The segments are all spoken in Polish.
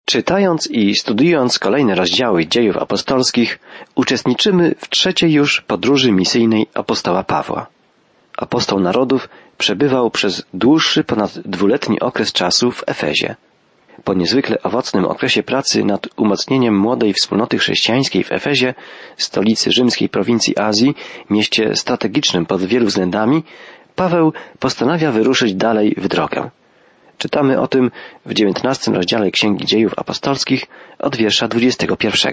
Czytając i studiując kolejne rozdziały Dziejów Apostolskich, uczestniczymy w trzeciej już podróży misyjnej apostoła Pawła. Apostoł narodów przebywał przez dłuższy, ponad 2-letni okres czasu w Efezie. Po niezwykle owocnym okresie pracy nad umocnieniem młodej wspólnoty chrześcijańskiej w Efezie, stolicy rzymskiej prowincji Azji, mieście strategicznym pod wielu względami, Paweł postanawia wyruszyć dalej w drogę. Czytamy o tym w 19 rozdziale Księgi Dziejów Apostolskich od wiersza 21.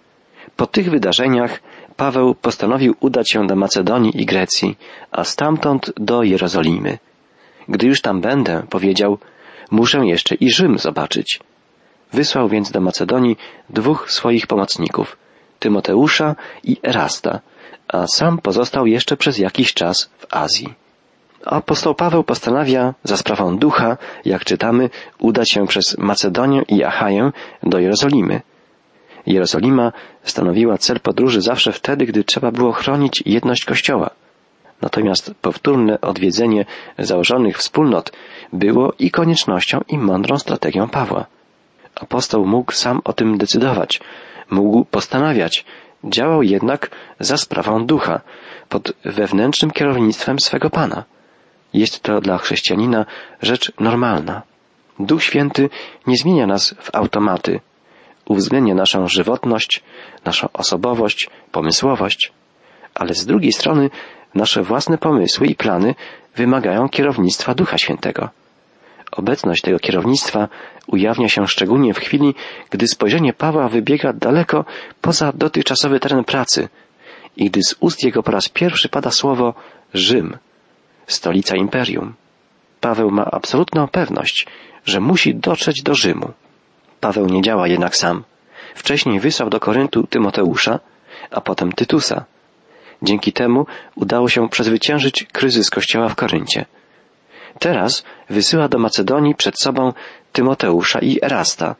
Po tych wydarzeniach Paweł postanowił udać się do Macedonii i Grecji, a stamtąd do Jerozolimy. Gdy już tam będę, powiedział, muszę jeszcze i Rzym zobaczyć. Wysłał więc do Macedonii 2 swoich pomocników, Tymoteusza i Erasta, a sam pozostał jeszcze przez jakiś czas w Azji. Apostoł Paweł postanawia za sprawą Ducha, jak czytamy, udać się przez Macedonię i Achaję do Jerozolimy. Jerozolima stanowiła cel podróży zawsze wtedy, gdy trzeba było chronić jedność Kościoła. Natomiast powtórne odwiedzenie założonych wspólnot było i koniecznością, i mądrą strategią Pawła. Apostoł mógł sam o tym decydować, mógł postanawiać, działał jednak za sprawą Ducha, pod wewnętrznym kierownictwem swego Pana. Jest to dla chrześcijanina rzecz normalna. Duch Święty nie zmienia nas w automaty, uwzględnia naszą żywotność, naszą osobowość, pomysłowość, ale z drugiej strony nasze własne pomysły i plany wymagają kierownictwa Ducha Świętego. Obecność tego kierownictwa ujawnia się szczególnie w chwili, gdy spojrzenie Pawła wybiega daleko poza dotychczasowy teren pracy i gdy z ust jego po raz pierwszy pada słowo Rzym, stolica imperium. Paweł ma absolutną pewność, że musi dotrzeć do Rzymu. Paweł nie działa jednak sam. Wcześniej wysłał do Koryntu Tymoteusza, a potem Tytusa. Dzięki temu udało się przezwyciężyć kryzys Kościoła w Koryncie. Teraz wysyła do Macedonii przed sobą Tymoteusza i Erasta.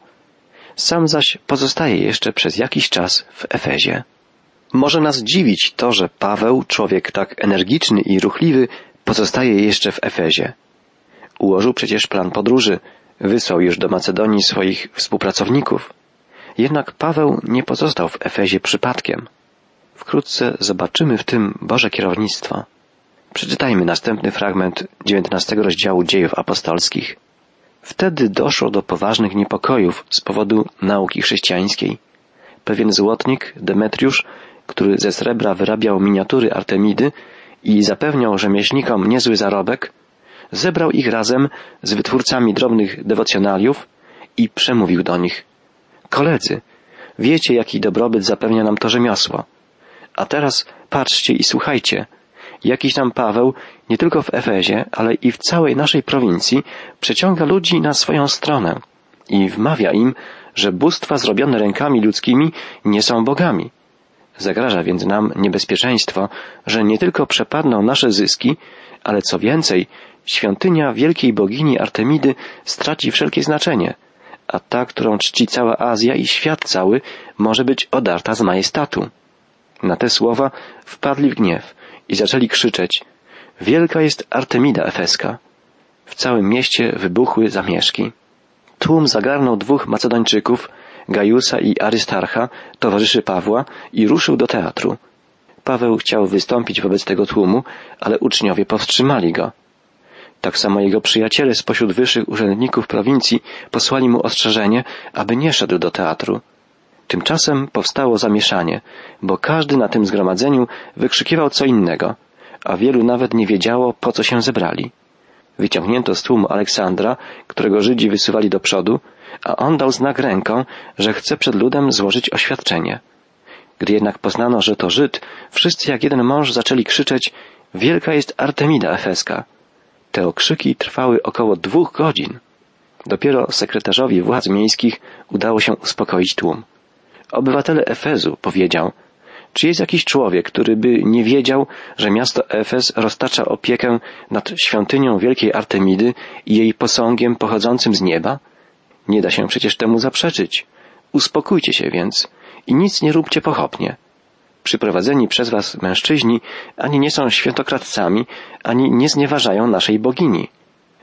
Sam zaś pozostaje jeszcze przez jakiś czas w Efezie. Może nas dziwić to, że Paweł, człowiek tak energiczny i ruchliwy, pozostaje jeszcze w Efezie. Ułożył przecież plan podróży, wysłał już do Macedonii swoich współpracowników. Jednak Paweł nie pozostał w Efezie przypadkiem. Wkrótce zobaczymy w tym Boże kierownictwo. Przeczytajmy następny fragment 19 rozdziału Dziejów Apostolskich. Wtedy doszło do poważnych niepokojów z powodu nauki chrześcijańskiej. Pewien złotnik, Demetriusz, który ze srebra wyrabiał miniatury Artemidy i zapewniał rzemieślnikom niezły zarobek, zebrał ich razem z wytwórcami drobnych dewocjonaliów i przemówił do nich. Koledzy, wiecie, jaki dobrobyt zapewnia nam to rzemiosło. A teraz patrzcie i słuchajcie. Jakiś tam Paweł, nie tylko w Efezie, ale i w całej naszej prowincji, przeciąga ludzi na swoją stronę i wmawia im, że bóstwa zrobione rękami ludzkimi nie są bogami. Zagraża więc nam niebezpieczeństwo, że nie tylko przepadną nasze zyski, ale co więcej, świątynia wielkiej bogini Artemidy straci wszelkie znaczenie, a ta, którą czci cała Azja i świat cały, może być odarta z majestatu. Na te słowa wpadli w gniew i zaczęli krzyczeć: wielka jest Artemida Efeska. W całym mieście wybuchły zamieszki. Tłum zagarnął 2 Macedończyków, Gajusa i Arystarcha, towarzyszy Pawła, i ruszył do teatru. Paweł chciał wystąpić wobec tego tłumu, ale uczniowie powstrzymali go. Tak samo jego przyjaciele spośród wyższych urzędników prowincji posłali mu ostrzeżenie, aby nie szedł do teatru. Tymczasem powstało zamieszanie, bo każdy na tym zgromadzeniu wykrzykiwał co innego, a wielu nawet nie wiedziało, po co się zebrali. Wyciągnięto z tłumu Aleksandra, którego Żydzi wysuwali do przodu, a on dał znak ręką, że chce przed ludem złożyć oświadczenie. Gdy jednak poznano, że to Żyd, wszyscy jak jeden mąż zaczęli krzyczeć: wielka jest Artemida Efeska. Te okrzyki trwały około 2 godzin. Dopiero sekretarzowi władz miejskich udało się uspokoić tłum. Obywatele Efezu, powiedział, czy jest jakiś człowiek, który by nie wiedział, że miasto Efez roztacza opiekę nad świątynią wielkiej Artemidy i jej posągiem pochodzącym z nieba? Nie da się przecież temu zaprzeczyć. Uspokójcie się więc i nic nie róbcie pochopnie. Przyprowadzeni przez was mężczyźni ani nie są świętokradcami, ani nie znieważają naszej bogini.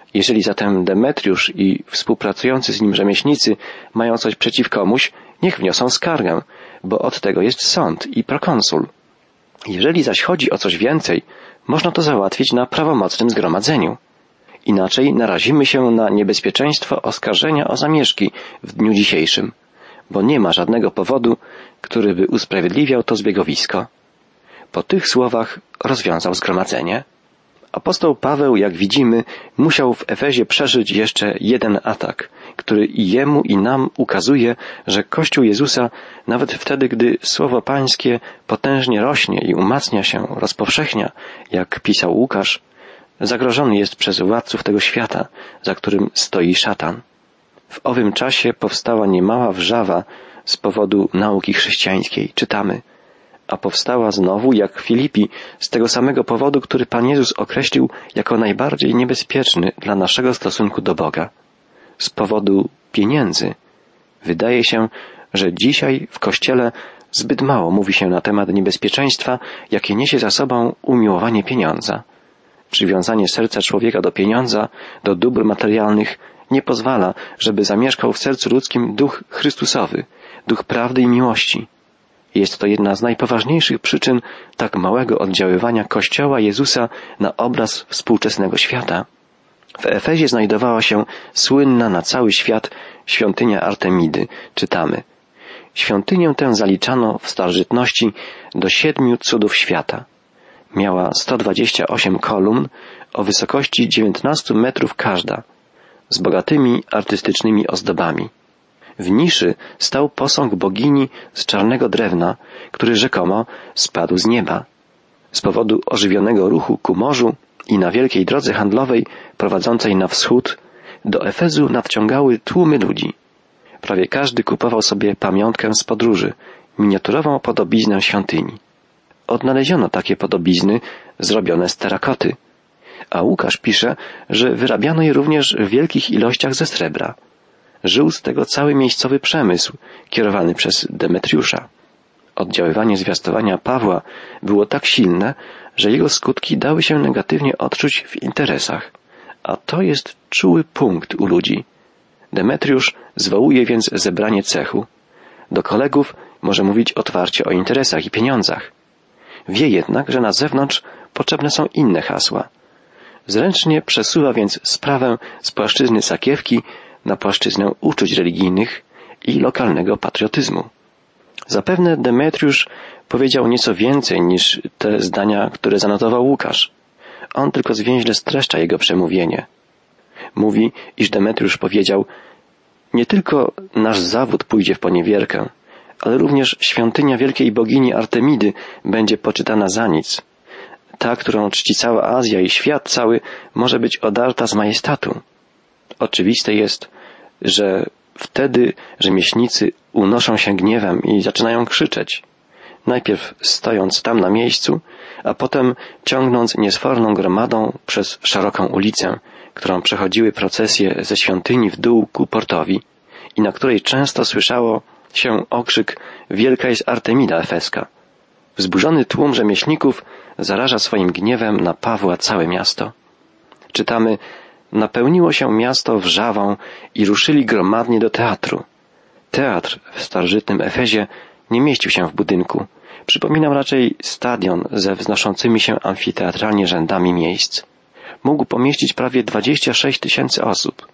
Jeżeli zatem Demetriusz i współpracujący z nim rzemieślnicy mają coś przeciw komuś, niech wniosą skargę, bo od tego jest sąd i prokonsul. Jeżeli zaś chodzi o coś więcej, można to załatwić na prawomocnym zgromadzeniu. Inaczej narazimy się na niebezpieczeństwo oskarżenia o zamieszki w dniu dzisiejszym, bo nie ma żadnego powodu, który by usprawiedliwiał to zbiegowisko. Po tych słowach rozwiązał zgromadzenie. Apostoł Paweł, jak widzimy, musiał w Efezie przeżyć jeszcze jeden atak, który i jemu, i nam ukazuje, że Kościół Jezusa, nawet wtedy, gdy Słowo Pańskie potężnie rośnie i umacnia się, rozpowszechnia, jak pisał Łukasz, zagrożony jest przez władców tego świata, za którym stoi szatan. W owym czasie powstała niemała wrzawa z powodu nauki chrześcijańskiej. Czytamy: a powstała znowu, jak Filipi, z tego samego powodu, który Pan Jezus określił jako najbardziej niebezpieczny dla naszego stosunku do Boga. Z powodu pieniędzy. Wydaje się, że dzisiaj w Kościele zbyt mało mówi się na temat niebezpieczeństwa, jakie niesie za sobą umiłowanie pieniądza. Przywiązanie serca człowieka do pieniądza, do dóbr materialnych nie pozwala, żeby zamieszkał w sercu ludzkim duch Chrystusowy, duch prawdy i miłości. Jest to jedna z najpoważniejszych przyczyn tak małego oddziaływania Kościoła Jezusa na obraz współczesnego świata. W Efezie znajdowała się słynna na cały świat świątynia Artemidy. Czytamy: świątynię tę zaliczano w starożytności do 7 cudów świata. Miała 128 kolumn o wysokości 19 metrów każda, z bogatymi artystycznymi ozdobami. W niszy stał posąg bogini z czarnego drewna, który rzekomo spadł z nieba. Z powodu ożywionego ruchu ku morzu i na wielkiej drodze handlowej prowadzącej na wschód do Efezu nadciągały tłumy ludzi. Prawie każdy kupował sobie pamiątkę z podróży, miniaturową podobiznę świątyni. Odnaleziono takie podobizny zrobione z terakoty, a Łukasz pisze, że wyrabiano je również w wielkich ilościach ze srebra. Żył z tego cały miejscowy przemysł, kierowany przez Demetriusza. Oddziaływanie zwiastowania Pawła było tak silne, że jego skutki dały się negatywnie odczuć w interesach. A to jest czuły punkt u ludzi. Demetriusz zwołuje więc zebranie cechu. Do kolegów może mówić otwarcie o interesach i pieniądzach. Wie jednak, że na zewnątrz potrzebne są inne hasła. Zręcznie przesuwa więc sprawę z płaszczyzny sakiewki na płaszczyznę uczuć religijnych i lokalnego patriotyzmu. Zapewne Demetriusz powiedział nieco więcej niż te zdania, które zanotował Łukasz. On tylko zwięźle streszcza jego przemówienie. Mówi, iż Demetriusz powiedział: nie tylko nasz zawód pójdzie w poniewierkę, ale również świątynia wielkiej bogini Artemidy będzie poczytana za nic. Ta, którą czci cała Azja i świat cały, może być odarta z majestatu. Oczywiste jest, że wtedy rzemieślnicy unoszą się gniewem i zaczynają krzyczeć. Najpierw stojąc tam na miejscu, a potem ciągnąc niesforną gromadą przez szeroką ulicę, którą przechodziły procesje ze świątyni w dół ku portowi i na której często słyszało się okrzyk: wielka jest Artemida Efeska. Wzburzony tłum rzemieślników zaraża swoim gniewem na Pawła całe miasto. Czytamy: napełniło się miasto wrzawą i ruszyli gromadnie do teatru. Teatr w starożytnym Efezie nie mieścił się w budynku. Przypominał raczej stadion ze wznoszącymi się amfiteatralnie rzędami miejsc. Mógł pomieścić prawie 26 000 osób.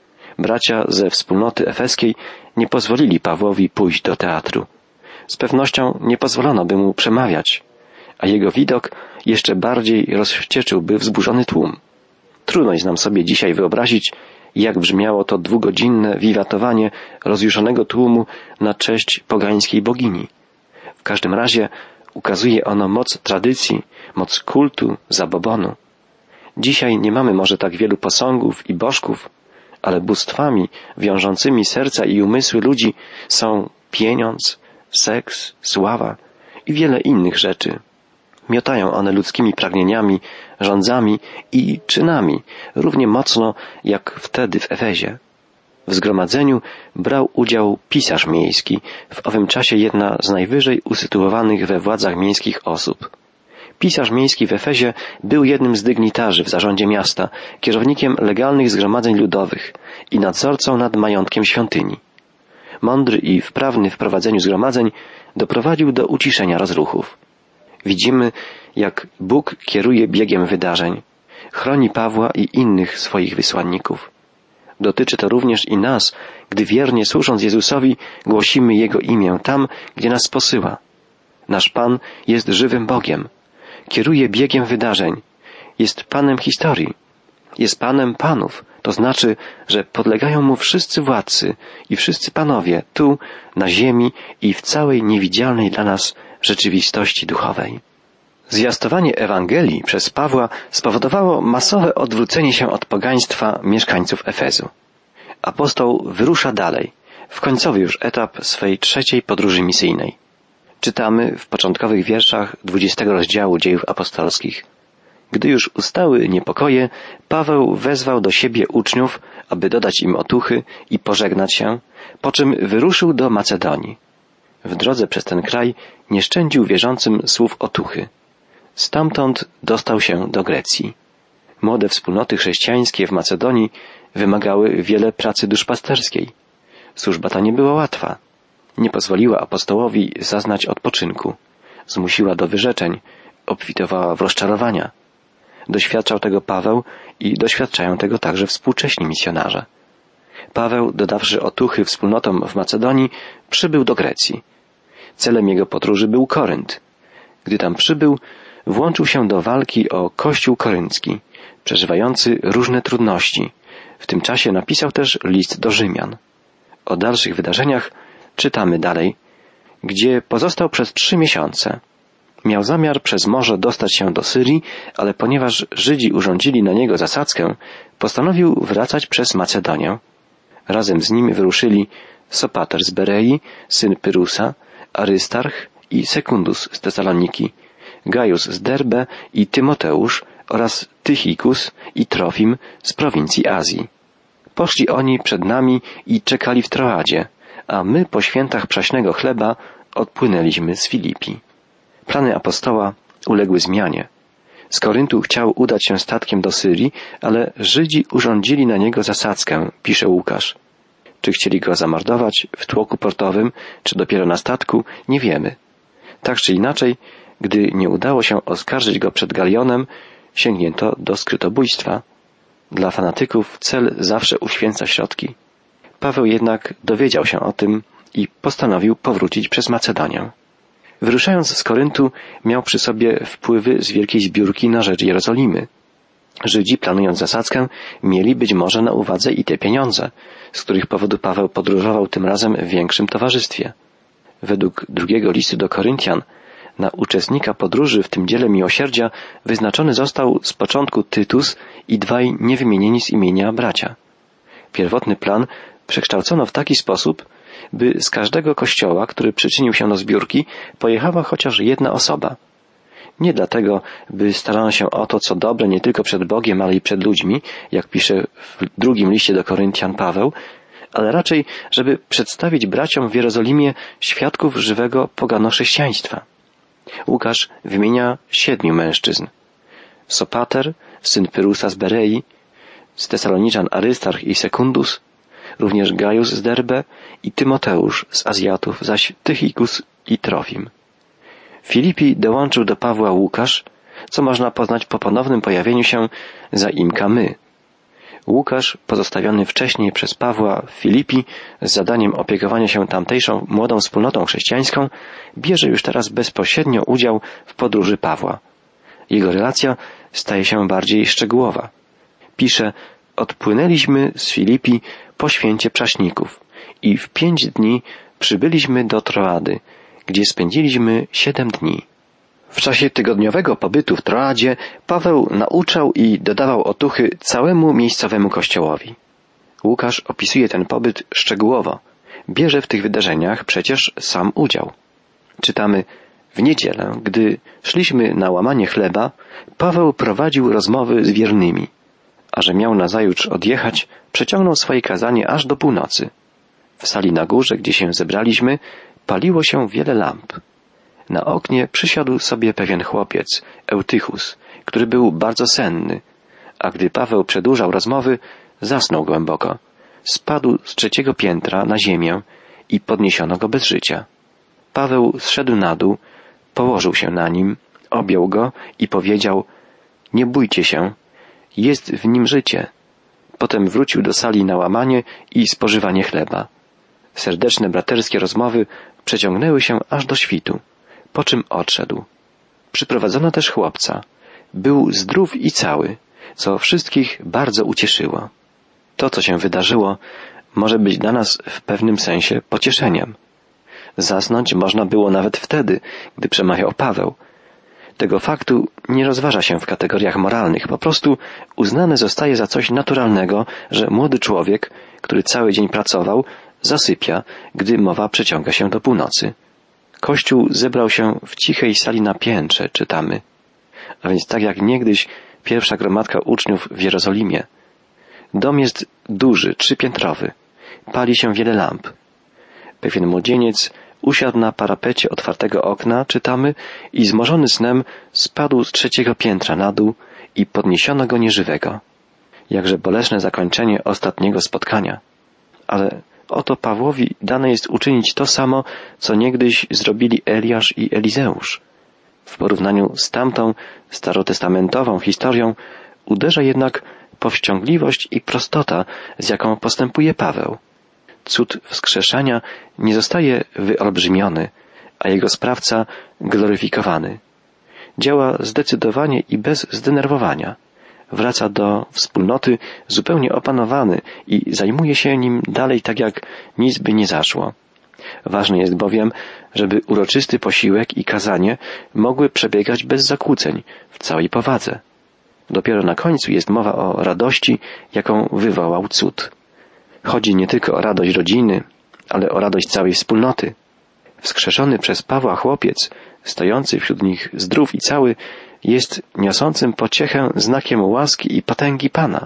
Bracia ze wspólnoty efeskiej nie pozwolili Pawłowi pójść do teatru. Z pewnością nie pozwolono by mu przemawiać, a jego widok jeszcze bardziej rozwścieczyłby wzburzony tłum. Trudno jest nam sobie dzisiaj wyobrazić, jak brzmiało to 2-godzinne wiwatowanie rozjuszonego tłumu na cześć pogańskiej bogini. W każdym razie ukazuje ono moc tradycji, moc kultu, zabobonu. Dzisiaj nie mamy może tak wielu posągów i bożków, ale bóstwami wiążącymi serca i umysły ludzi są pieniądz, seks, sława i wiele innych rzeczy. Miotają one ludzkimi pragnieniami, rządzami i czynami równie mocno jak wtedy w Efezie. W zgromadzeniu brał udział pisarz miejski, w owym czasie jedna z najwyżej usytuowanych we władzach miejskich osób. Pisarz miejski w Efezie był jednym z dygnitarzy w zarządzie miasta, kierownikiem legalnych zgromadzeń ludowych i nadzorcą nad majątkiem świątyni. Mądry i wprawny w prowadzeniu zgromadzeń doprowadził do uciszenia rozruchów. Widzimy, jak Bóg kieruje biegiem wydarzeń, chroni Pawła i innych swoich wysłanników. Dotyczy to również i nas, gdy wiernie służąc Jezusowi głosimy Jego imię tam, gdzie nas posyła. Nasz Pan jest żywym Bogiem, kieruje biegiem wydarzeń, jest Panem historii, jest Panem panów, to znaczy, że podlegają Mu wszyscy władcy i wszyscy panowie tu, na ziemi i w całej niewidzialnej dla nas rzeczywistości duchowej. Zwiastowanie Ewangelii przez Pawła spowodowało masowe odwrócenie się od pogaństwa mieszkańców Efezu. Apostoł wyrusza dalej, w końcowy już etap swej trzeciej podróży misyjnej. Czytamy w początkowych wierszach 20 rozdziału Dziejów Apostolskich. Gdy już ustały niepokoje, Paweł wezwał do siebie uczniów, aby dodać im otuchy i pożegnać się, po czym wyruszył do Macedonii. W drodze przez ten kraj nie szczędził wierzącym słów otuchy. Stamtąd dostał się do Grecji. Młode wspólnoty chrześcijańskie w Macedonii wymagały wiele pracy duszpasterskiej. Służba ta nie była łatwa. Nie pozwoliła apostołowi zaznać odpoczynku. Zmusiła do wyrzeczeń, obfitowała w rozczarowania. Doświadczał tego Paweł i doświadczają tego także współcześni misjonarze. Paweł, dodawszy otuchy wspólnotom w Macedonii, przybył do Grecji. Celem jego podróży był Korynt. Gdy tam przybył, włączył się do walki o Kościół koryncki, przeżywający różne trudności. W tym czasie napisał też list do Rzymian. O dalszych wydarzeniach czytamy dalej, gdzie pozostał przez 3 miesiące. Miał zamiar przez morze dostać się do Syrii, ale ponieważ Żydzi urządzili na niego zasadzkę, postanowił wracać przez Macedonię. Razem z nim wyruszyli Sopater z Berei, syn Pyrusa, Arystarch i Sekundus z Tesaloniki, Gajus z Derbe i Tymoteusz oraz Tychikus i Trofim z prowincji Azji. Poszli oni przed nami i czekali w Troadzie, a my po świętach Przaśnego Chleba odpłynęliśmy z Filipi. Plany apostoła uległy zmianie. Z Koryntu chciał udać się statkiem do Syrii, ale Żydzi urządzili na niego zasadzkę, pisze Łukasz. Czy chcieli go zamordować w tłoku portowym, czy dopiero na statku, nie wiemy. Tak czy inaczej, gdy nie udało się oskarżyć go przed galionem, sięgnięto do skrytobójstwa. Dla fanatyków cel zawsze uświęca środki. Paweł jednak dowiedział się o tym i postanowił powrócić przez Macedonię. Wyruszając z Koryntu, miał przy sobie wpływy z wielkiej zbiórki na rzecz Jerozolimy. Żydzi, planując zasadzkę, mieli być może na uwadze i te pieniądze, z których powodu Paweł podróżował tym razem w większym towarzystwie. Według drugiego listu do Koryntian na uczestnika podróży w tym dziele miłosierdzia wyznaczony został z początku Tytus i 2 niewymienieni z imienia bracia. Pierwotny plan przekształcono w taki sposób, by z każdego kościoła, który przyczynił się do zbiórki, pojechała chociaż jedna osoba. Nie dlatego, by starano się o to, co dobre nie tylko przed Bogiem, ale i przed ludźmi, jak pisze w drugim liście do Koryntian Paweł, ale raczej, żeby przedstawić braciom w Jerozolimie świadków żywego pogano-chrześcijaństwa. Łukasz wymienia 7 mężczyzn. Sopater, syn Pyrusa z Berei, z Tesaloniczan Arystarch i Sekundus, również Gajus z Derbe i Tymoteusz z Azjatów, zaś Tychikus i Trofim. W Filipi dołączył do Pawła Łukasz, co można poznać po ponownym pojawieniu się zaimka my. Łukasz, pozostawiony wcześniej przez Pawła w Filipi z zadaniem opiekowania się tamtejszą młodą wspólnotą chrześcijańską, bierze już teraz bezpośrednio udział w podróży Pawła. Jego relacja staje się bardziej szczegółowa. Pisze, odpłynęliśmy z Filipi po święcie Przaśników i w 5 dni przybyliśmy do Troady, gdzie spędziliśmy 7 dni. W czasie tygodniowego pobytu w Troadzie Paweł nauczał i dodawał otuchy całemu miejscowemu kościołowi. Łukasz opisuje ten pobyt szczegółowo. Bierze w tych wydarzeniach przecież sam udział. Czytamy, w niedzielę, gdy szliśmy na łamanie chleba, Paweł prowadził rozmowy z wiernymi, a że miał nazajutrz odjechać, przeciągnął swoje kazanie aż do północy. W sali na górze, gdzie się zebraliśmy, paliło się wiele lamp. Na oknie przysiadł sobie pewien chłopiec, Eutychus, który był bardzo senny, a gdy Paweł przedłużał rozmowy, zasnął głęboko. Spadł z 3. piętra na ziemię i podniesiono go bez życia. Paweł zszedł na dół, położył się na nim, objął go i powiedział: nie bójcie się, jest w nim życie. Potem wrócił do sali na łamanie i spożywanie chleba. Serdeczne braterskie rozmowy przeciągnęły się aż do świtu, po czym odszedł. Przyprowadzono też chłopca. Był zdrów i cały, co wszystkich bardzo ucieszyło. To, co się wydarzyło, może być dla nas w pewnym sensie pocieszeniem. Zasnąć można było nawet wtedy, gdy przemawiał Paweł. Tego faktu nie rozważa się w kategoriach moralnych, po prostu uznane zostaje za coś naturalnego, że młody człowiek, który cały dzień pracował, zasypia, gdy mowa przeciąga się do północy. Kościół zebrał się w cichej sali na piętrze, czytamy. A więc tak jak niegdyś pierwsza gromadka uczniów w Jerozolimie. Dom jest duży, 3-piętrowy. Pali się wiele lamp. Pewien młodzieniec usiadł na parapecie otwartego okna, czytamy, i zmorzony snem spadł z 3. piętra na dół i podniesiono go nieżywego. Jakże bolesne zakończenie ostatniego spotkania. Ale oto Pawłowi dane jest uczynić to samo, co niegdyś zrobili Eliasz i Elizeusz. W porównaniu z tamtą starotestamentową historią uderza jednak powściągliwość i prostota, z jaką postępuje Paweł. Cud wskrzeszania nie zostaje wyolbrzymiony, a jego sprawca gloryfikowany. Działa zdecydowanie i bez zdenerwowania. Wraca do wspólnoty zupełnie opanowany i zajmuje się nim dalej tak, jak nic by nie zaszło. Ważne jest bowiem, żeby uroczysty posiłek i kazanie mogły przebiegać bez zakłóceń, w całej powadze. Dopiero na końcu jest mowa o radości, jaką wywołał cud. Chodzi nie tylko o radość rodziny, ale o radość całej wspólnoty. Wskrzeszony przez Pawła chłopiec, stojący wśród nich zdrów i cały, jest niosącym pociechę znakiem łaski i potęgi Pana.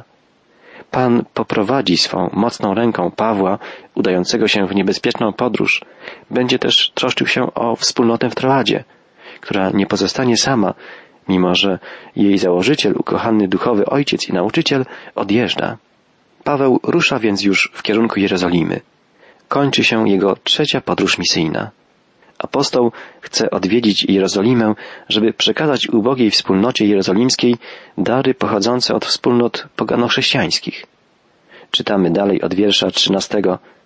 Pan poprowadzi swą mocną ręką Pawła, udającego się w niebezpieczną podróż. Będzie też troszczył się o wspólnotę w Troadzie, która nie pozostanie sama, mimo że jej założyciel, ukochany duchowy ojciec i nauczyciel, odjeżdża. Paweł rusza więc już w kierunku Jerozolimy. Kończy się jego 3. podróż misyjna. Apostoł chce odwiedzić Jerozolimę, żeby przekazać ubogiej wspólnocie jerozolimskiej dary pochodzące od wspólnot pogano-chrześcijańskich. Czytamy dalej od wiersza 13.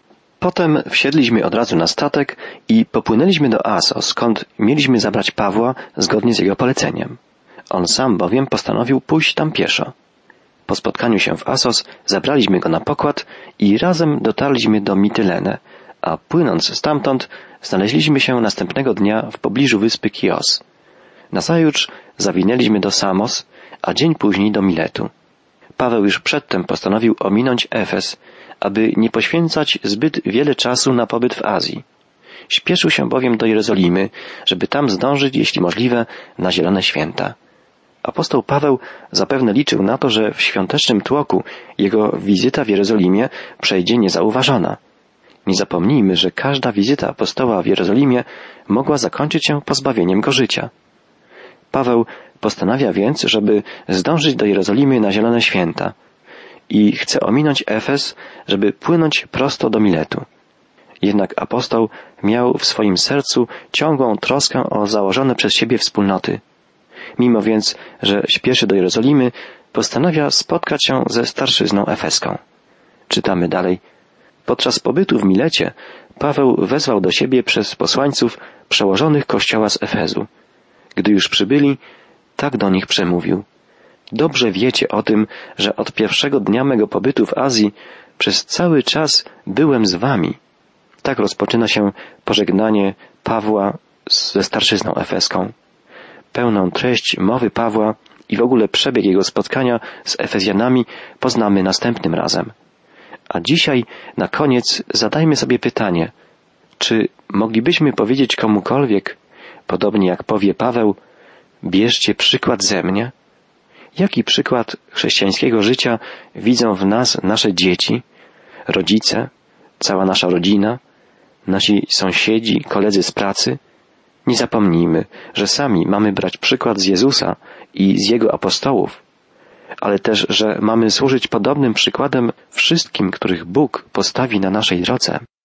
Potem wsiedliśmy od razu na statek i popłynęliśmy do Asos, skąd mieliśmy zabrać Pawła zgodnie z jego poleceniem. On sam bowiem postanowił pójść tam pieszo. Po spotkaniu się w Asos zabraliśmy go na pokład i razem dotarliśmy do Mitylenę, a płynąc stamtąd znaleźliśmy się następnego dnia w pobliżu wyspy Kios. Nazajutrz zawinęliśmy do Samos, a dzień później do Miletu. Paweł już przedtem postanowił ominąć Efes, aby nie poświęcać zbyt wiele czasu na pobyt w Azji. Śpieszył się bowiem do Jerozolimy, żeby tam zdążyć, jeśli możliwe, na Zielone Święta. Apostoł Paweł zapewne liczył na to, że w świątecznym tłoku jego wizyta w Jerozolimie przejdzie niezauważona. Nie zapomnijmy, że każda wizyta apostoła w Jerozolimie mogła zakończyć się pozbawieniem go życia. Paweł postanawia więc, żeby zdążyć do Jerozolimy na Zielone Święta i chce ominąć Efes, żeby płynąć prosto do Miletu. Jednak apostoł miał w swoim sercu ciągłą troskę o założone przez siebie wspólnoty. Mimo więc, że śpieszy do Jerozolimy, postanawia spotkać się ze starszyzną efeską. Czytamy dalej. Podczas pobytu w Milecie Paweł wezwał do siebie przez posłańców przełożonych kościoła z Efezu. Gdy już przybyli, tak do nich przemówił. Dobrze wiecie o tym, że od pierwszego dnia mego pobytu w Azji przez cały czas byłem z wami. Tak rozpoczyna się pożegnanie Pawła ze starszyzną efeską. Pełną treść mowy Pawła i w ogóle przebieg jego spotkania z Efezjanami poznamy następnym razem. A dzisiaj na koniec zadajmy sobie pytanie, czy moglibyśmy powiedzieć komukolwiek, podobnie jak powie Paweł, bierzcie przykład ze mnie? Jaki przykład chrześcijańskiego życia widzą w nas nasze dzieci, rodzice, cała nasza rodzina, nasi sąsiedzi, koledzy z pracy? Nie zapomnijmy, że sami mamy brać przykład z Jezusa i z Jego apostołów, ale też, że mamy służyć podobnym przykładem wszystkim, których Bóg postawi na naszej drodze.